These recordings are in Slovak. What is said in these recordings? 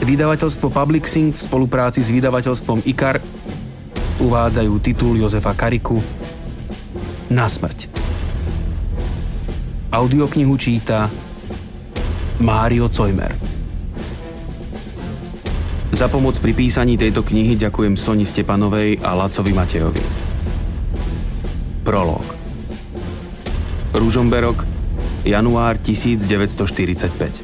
Vydavateľstvo Publixing v spolupráci s vydavateľstvom IKAR uvádzajú titul Jozefa Kariku Na smrť. Audioknihu číta Mário Cojmer. Za pomoc pri písaní tejto knihy ďakujem Soni Stepanovej a Lacovi Matejovi. Prológ. Ružomberok, január 1945.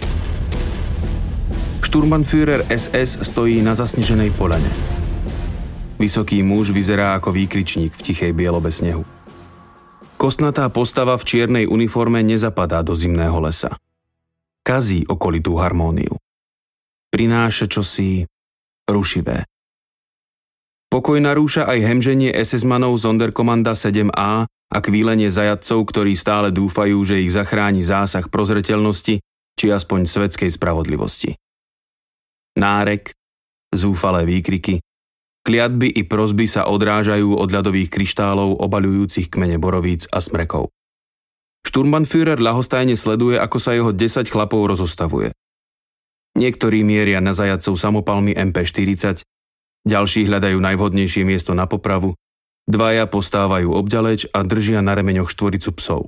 Šturmbannführer SS stojí na zasneženej poľane. Vysoký muž vyzerá ako výkričník v tichej bielobe snehu. Kostnatá postava v čiernej uniforme nezapadá do zimného lesa. Kazí okolitú harmóniu. Prináša čosi rušivé. Pokoj narúša aj hemženie SS-manov Sonderkommanda 7A a kvílenie zajatcov, ktorí stále dúfajú, že ich zachráni zásah prozreteľnosti či aspoň svetskej spravodlivosti. Nárek, zúfalé výkriky, kliatby i prosby sa odrážajú od ľadových kryštálov obaľujúcich kmene borovíc a smrekov. Šturmbannführer ľahostajne sleduje, ako sa jeho 10 chlapov rozostavuje. Niektorí mieria na zajatcov samopalmi MP40, ďalší hľadajú najvhodnejšie miesto na popravu, dvaja postávajú obďaleč a držia na remeňoch štvoricu psov.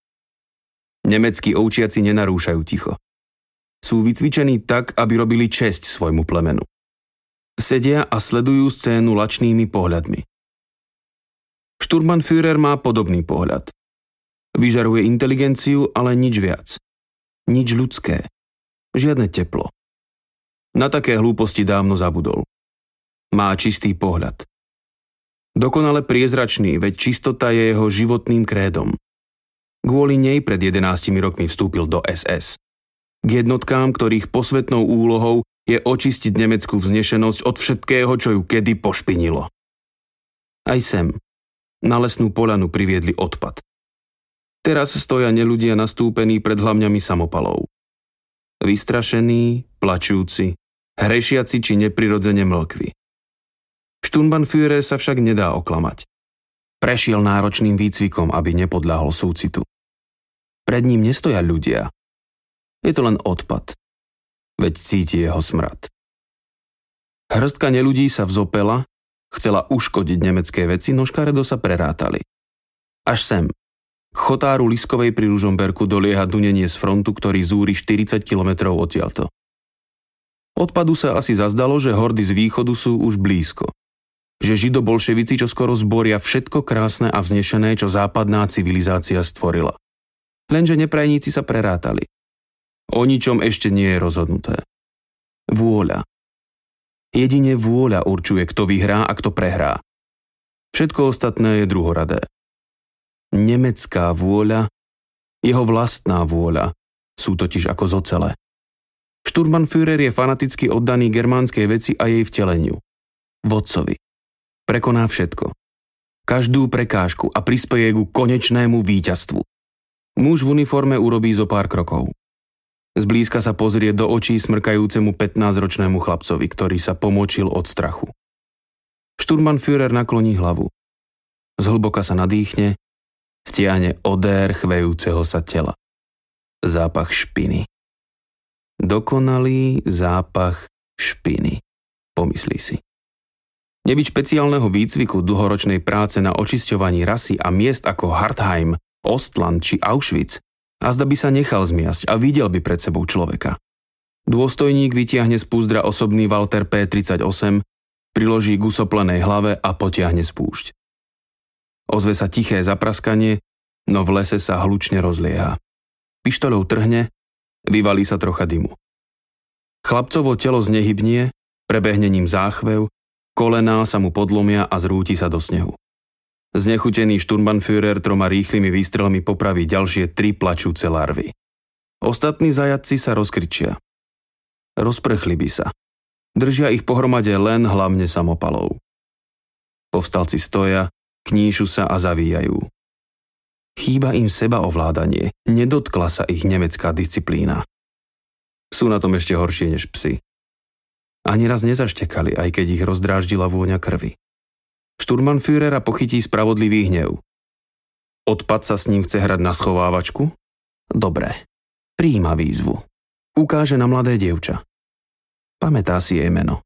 Nemeckí ovčiaci nenarúšajú ticho. Sú vycvičení tak, aby robili česť svojmu plemenu. Sedia a sledujú scénu lačnými pohľadmi. Šturmbannführer má podobný pohľad. Vyžaruje inteligenciu, ale nič viac. Nič ľudské. Žiadne teplo. Na také hlúposti dávno zabudol. Má čistý pohľad. Dokonale priezračný, veď čistota je jeho životným krédom. Kvôli nej pred 11 rokmi vstúpil do SS. K jednotkám, ktorých posvetnou úlohou je očistiť nemeckú vznešenosť od všetkého, čo ju kedy pošpinilo. Aj sem, na lesnú poľanu priviedli odpad. Teraz stoja neľudia nastúpení pred hlavňami samopalov. Vystrašení, plačúci, hrešiaci či neprirodzene mlkví. Šturmbannführer sa však nedá oklamať. Prešiel náročným výcvikom, aby nepodľahol súcitu. Pred ním nestoja ľudia. Je to len odpad. Veď cíti jeho smrad. Hrstka neľudí sa vzopela, chcela uškodiť nemecké veci, no škaredo sa prerátali. Až sem. K chotáru Liskovej pri Ružomberku dolieha dunenie z frontu, ktorý zúri 40 kilometrov odtiaľto. Odpadu sa asi zazdalo, že hordy z východu sú už blízko. Že židobolševici čoskoro zboria všetko krásne a vznešené, čo západná civilizácia stvorila. Lenže neprajníci sa prerátali. O ničom ešte nie je rozhodnuté. Vôľa. Jedine vôľa určuje, kto vyhrá a kto prehrá. Všetko ostatné je druhoradé. Nemecká vôľa, jeho vlastná vôľa, sú totiž ako zocele. Šturmbannführer je fanaticky oddaný germánskej veci a jej vteleniu. Vodcovi. Prekoná všetko. Každú prekážku a prispeje ku konečnému víťazstvu. Muž v uniforme urobí zo pár krokov. Zblízka sa pozrie do očí smrkajúcemu 15-ročnému chlapcovi, ktorý sa pomočil od strachu. Šturmbannführer nakloní hlavu. Zhlboka sa nadýchne, vtiahne odér chvejúceho sa tela. Zápach špiny. Dokonalý zápach špiny, pomyslí si. Nebyť špeciálneho výcviku dlhoročnej práce na očisťovaní rasy a miest ako Hartheim, Ostland či Auschwitz, a zda by sa nechal zmiasť a videl by pred sebou človeka. Dôstojník vytiahne z púzdra osobný Walter P38, priloží k usoplenej hlave a potiahne spúšť. Ozve sa tiché zapraskanie, no v lese sa hlučne rozlieha. Pištoľou trhne, vyvalí sa trocha dymu. Chlapcovo telo znehybnie, prebehne ním záchvev, kolená sa mu podlomia a zrúti sa do snehu. Znechutený Šturmbannführer 3 rýchlymi výstrelmi popraví ďalšie 3 plačúce larvy. Ostatní zajatci sa rozkričia. Rozprchli by sa. Držia ich pohromade len hlavne samopalov. Povstalci stoja, kníšu sa a zavíjajú. Chýba im sebaovládanie, nedotkla sa ich nemecká disciplína. Sú na tom ešte horšie než psi. Ani raz nezaštekali, aj keď ich rozdráždila vôňa krvi. Šturmbannführera pochytí spravodlivý hnev. Odpad sa s ním chce hrať na schovávačku? Dobre, prijíma výzvu. Ukáže na mladé dievča. Pamätá si jej meno.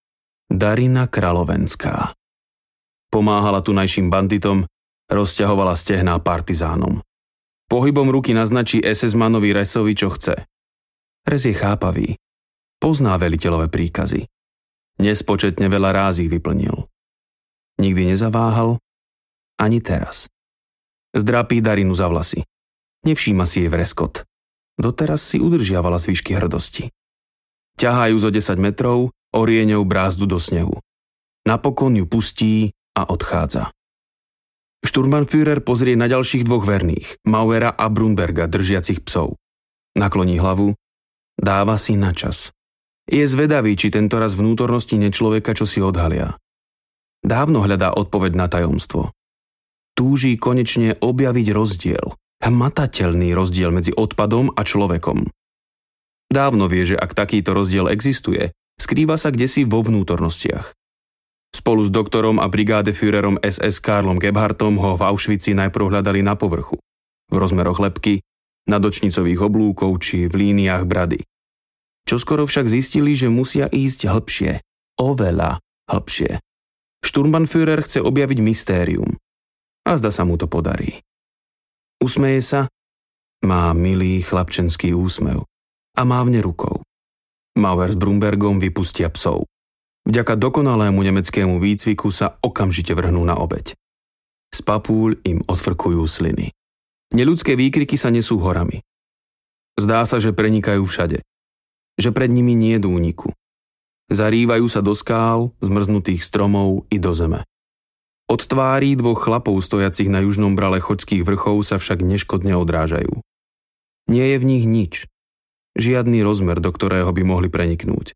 Darina Kralovenská. Pomáhala tunajším banditom, rozťahovala stehná partizánom. Pohybom ruky naznačí SS-manovi Resovi, čo chce. Res je chápavý. Pozná veliteľové príkazy. Nespočetne veľa ráz ich vyplnil. Nikdy nezaváhal, ani teraz. Zdrápí Darinu za vlasy. Nevšíma si jej vreskot. Doteraz si udržiavala zvyšky hrdosti. Ťahajú zo 10 metrov, orieňou brázdu do snehu. Napokon ju pustí a odchádza. Šturmbannführer pozrie na ďalších dvoch verných, Mauera a Brunberga, držiacich psov. Nakloní hlavu, dáva si na čas. Je zvedavý, či tentoraz vnútornosti nečloveka čo si odhalia. Dávno hľadá odpoveď na tajomstvo. Túži konečne objaviť rozdiel, hmatateľný rozdiel medzi odpadom a človekom. Dávno vie, že ak takýto rozdiel existuje, skrýva sa kdesi vo vnútornostiach. Spolu s doktorom a brigádeführerom SS Karlom Gebhardtom ho v Auschwitzi najprv hľadali na povrchu, v rozmeroch lebky, nadočnicových oblúkov či v líniách brady. Čoskoro však zistili, že musia ísť hlbšie, oveľa hlbšie. Šturmbannführer chce objaviť mystérium. A zda sa mu to podarí. Usmeje sa, má milý chlapčenský úsmev a mávne rukou. Mauer s Brunbergom vypustia psov. Vďaka dokonalému nemeckému výcviku sa okamžite vrhnú na obeť. Z papúľ im odfrkujú sliny. Neľudské výkriky sa nesú horami. Zdá sa, že prenikajú všade. Že pred nimi nie je úniku. Zarývajú sa do skál, zmrznutých stromov i do zeme. Od tvárí dvoch chlapov stojacich na južnom brale choďských vrchov sa však neškodne odrážajú. Nie je v nich nič. Žiadny rozmer, do ktorého by mohli preniknúť.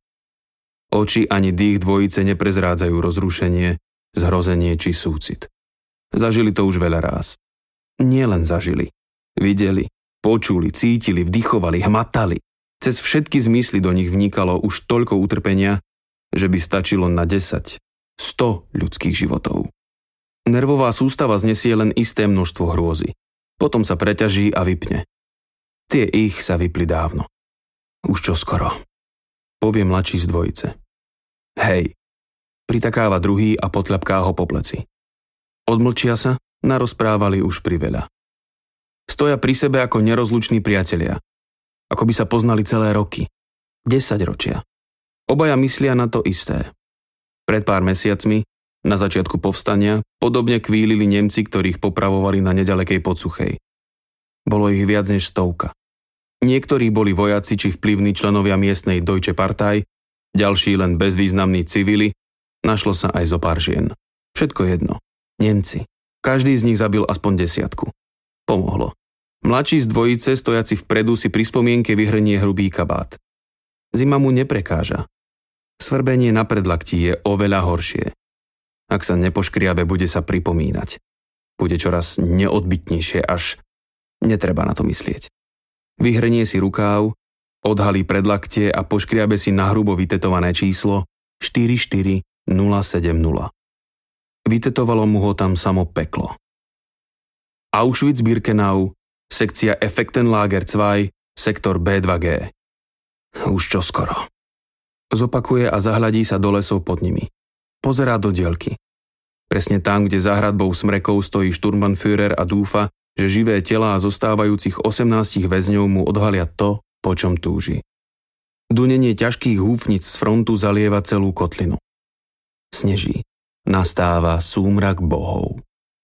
Oči ani dých dvojice neprezrádzajú rozrušenie, zhrozenie či súcit. Zažili to už veľa ráz. Nielen zažili. Videli, počuli, cítili, vdychovali, hmatali. Cez všetky zmysly do nich vnikalo už toľko utrpenia, že by stačilo na 10, 100 ľudských životov. Nervová sústava znesie len isté množstvo hrôzy. Potom sa preťaží a vypne. Tie ich sa vypli dávno. Už čoskoro. Povie mladší z dvojice. Hej, pritakáva druhý a potľapká ho po pleci. Odmlčia sa, narozprávali už priveľa. Stoja pri sebe ako nerozluční priatelia. Ako by sa poznali celé roky. 10 ročia. Obaja myslia na to isté. Pred pár mesiacmi, na začiatku povstania, podobne kvílili Nemci, ktorých popravovali na neďalekej Podsuchej. Bolo ich viac než 100. Niektorí boli vojaci či vplyvní členovia miestnej Deutsche Partei, ďalší len bezvýznamní civili, našlo sa aj zo pár žien. Všetko jedno. Nemci. Každý z nich zabil aspoň 10. Pomohlo. Mladší z dvojice, stojaci vpredu, si pri spomienke vyhrnie hrubý kabát. Zima mu neprekáža. Svrbenie na predlaktí je oveľa horšie. Ak sa nepoškriabe, bude sa pripomínať. Bude čoraz neodbytnejšie, až netreba na to myslieť. Vyhrnie si rukáv, odhalí predlaktie a poškriabe si nahrubo vytetované číslo 44070. Vytetovalo mu ho tam samo peklo. Auschwitz-Birkenau, sekcia Effektenlager 2, sektor B2G. Už čoskoro. Zopakuje a zahľadí sa do lesov pod nimi. Pozerá do diaľky. Presne tam, kde za hradbou smrekov stojí Šturmbannführer a dúfa, že živé telá zostávajúcich 18 väzňov mu odhalia to, po čom túži. Dunenie ťažkých húfnic z frontu zalieva celú kotlinu. Sneží. Nastáva súmrak bohov.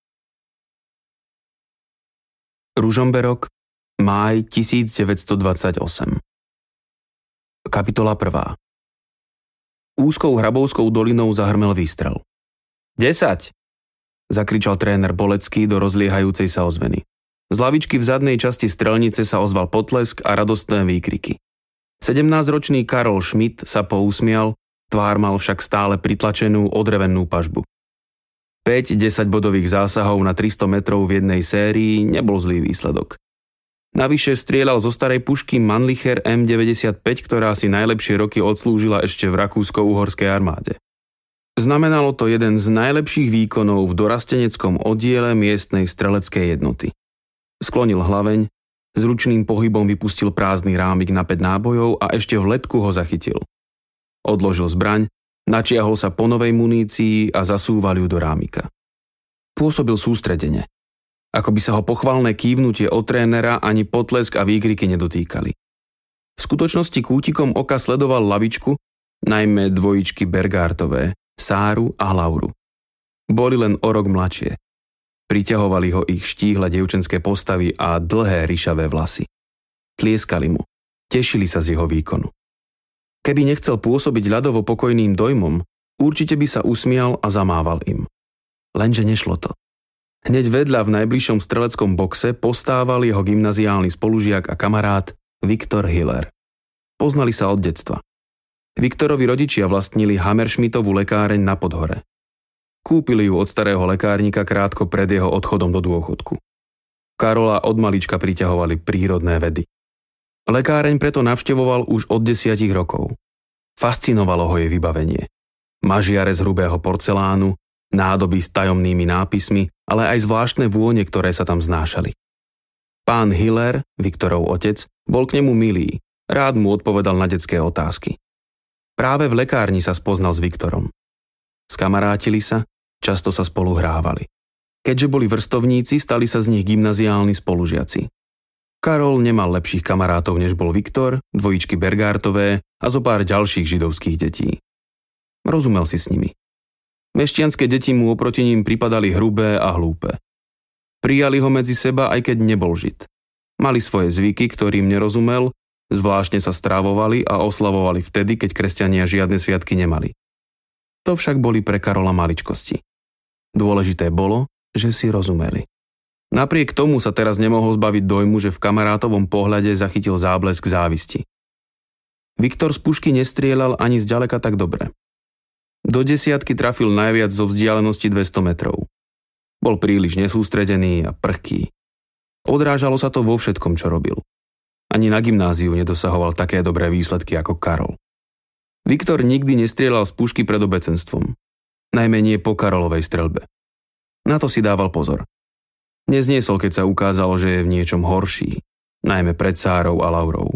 Ružomberok, máj 1928. Kapitola 1. Úzkou hrabovskou dolinou zahrmel výstrel. 10! Zakričal tréner Bolecký do rozliehajúcej sa ozveny. Z lavičky v zadnej časti strelnice sa ozval potlesk a radostné výkriky. 17-ročný Karol Schmidt sa pousmial, tvár mal však stále pritlačenú odrevennú pažbu. 5 10-bodových zásahov na 300 metrov v jednej sérii nebol zlý výsledok. Navyše strieľal zo starej pušky Mannlicher M95, ktorá si najlepšie roky odslúžila ešte v rakúsko-uhorskej armáde. Znamenalo to jeden z najlepších výkonov v dorasteneckom oddiele miestnej streleckej jednoty. Sklonil hlaveň, zručným pohybom vypustil prázdny rámik na 5 nábojov a ešte v letku ho zachytil. Odložil zbraň, načiahol sa po novej munícii a zasúval ju do rámika. Pôsobil sústredene. Ako by sa ho pochvalné kývnutie od trénera ani potlesk a výkriky nedotýkali. V skutočnosti kútikom oka sledoval lavičku, najmä dvojičky Bergártové, Sáru a Lauru. Boli len o rok mladšie. Priťahovali ho ich štíhle dievčenské postavy a dlhé ryšavé vlasy. Tlieskali mu, tešili sa z jeho výkonu. Keby nechcel pôsobiť ľadovo pokojným dojmom, určite by sa usmial a zamával im. Lenže nešlo to. Hneď vedľa v najbližšom streleckom boxe postával jeho gymnaziálny spolužiak a kamarát Viktor Hiller. Poznali sa od detstva. Viktorovi rodičia vlastnili Hammerschmidtovú lekáreň na Podhore. Kúpili ju od starého lekárnika krátko pred jeho odchodom do dôchodku. Karola od malička priťahovali prírodné vedy. Lekáreň preto navštevoval už od 10 rokov. Fascinovalo ho jej vybavenie. Mažiare z hrubého porcelánu, nádoby s tajomnými nápismi, ale aj zvláštne vône, ktoré sa tam znášali. Pán Hiller, Viktorov otec, bol k nemu milý, rád mu odpovedal na detské otázky. Práve v lekárni sa spoznal s Viktorom. Skamarátili sa, často sa spolu hrávali. Keďže boli vrstovníci, stali sa z nich gymnaziálni spolužiaci. Karol nemal lepších kamarátov, než bol Viktor, dvojičky Bergártové a zo pár ďalších židovských detí. Rozumel si s nimi. Mešťanské deti mu oproti ním pripadali hrubé a hlúpe. Prijali ho medzi seba, aj keď nebol žid. Mali svoje zvyky, ktorým nerozumel, zvláštne sa strávovali a oslavovali vtedy, keď kresťania žiadne sviatky nemali. To však boli pre Karola maličkosti. Dôležité bolo, že si rozumeli. Napriek tomu sa teraz nemohol zbaviť dojmu, že v kamarátovom pohľade zachytil záblesk závisti. Viktor z pušky nestrieľal ani zďaleka tak dobre. Do desiatky trafil najviac zo vzdialenosti 200 metrov. Bol príliš nesústredený a prchký. Odrážalo sa to vo všetkom, čo robil. Ani na gymnáziu nedosahoval také dobré výsledky ako Karol. Viktor nikdy nestrieľal z pušky pred obecenstvom. Najmenej po Karolovej streľbe. Na to si dával pozor. Nezniesol, keď sa ukázalo, že je v niečom horší, najmä pred Sárou a Laurou.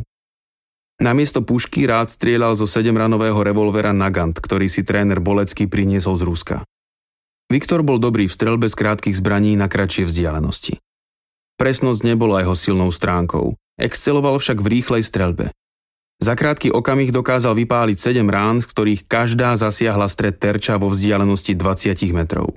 Namiesto pušky rád strieľal zo 7-ranového revolvera Nagant, ktorý si tréner Bolecký priniesol z Ruska. Viktor bol dobrý v streľbe z krátkych zbraní na kratšie vzdialenosti. Presnosť nebola jeho silnou stránkou, exceloval však v rýchlej streľbe. Za krátky okamih dokázal vypáliť 7 rán, z ktorých každá zasiahla stred terča vo vzdialenosti 20 metrov.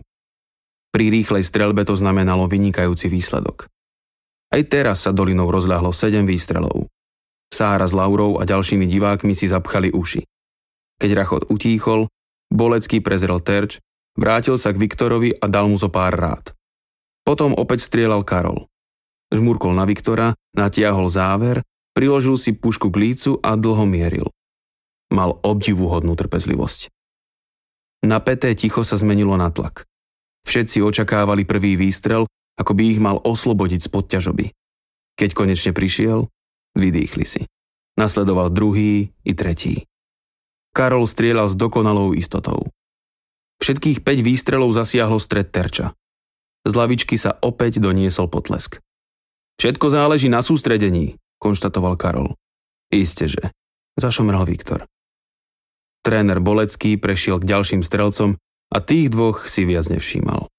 Pri rýchlej streľbe to znamenalo vynikajúci výsledok. Aj teraz sa dolinou rozľahlo 7 výstrelov. Sára s Laurou a ďalšími divákmi si zapchali uši. Keď rachot utíchol, Bolecký prezrel terč, vrátil sa k Viktorovi a dal mu zo pár rád. Potom opäť strieľal Karol. Žmurkol na Viktora, natiahol záver, priložil si pušku k lícu a dlho mieril. Mal obdivuhodnú trpezlivosť. Napäté ticho sa zmenilo na tlak. Všetci očakávali prvý výstrel, ako by ich mal oslobodiť spod ťažoby. Keď konečne prišiel, vydýchli si. Nasledoval druhý i tretí. Karol strieľal s dokonalou istotou. Všetkých 5 výstrelov zasiahlo stred terča. Z lavičky sa opäť doniesol potlesk. Všetko záleží na sústredení, konštatoval Karol. Isteže, zašomral Viktor. Tréner Bolecký prešiel k ďalším strelcom a tých dvoch si viac nevšímal.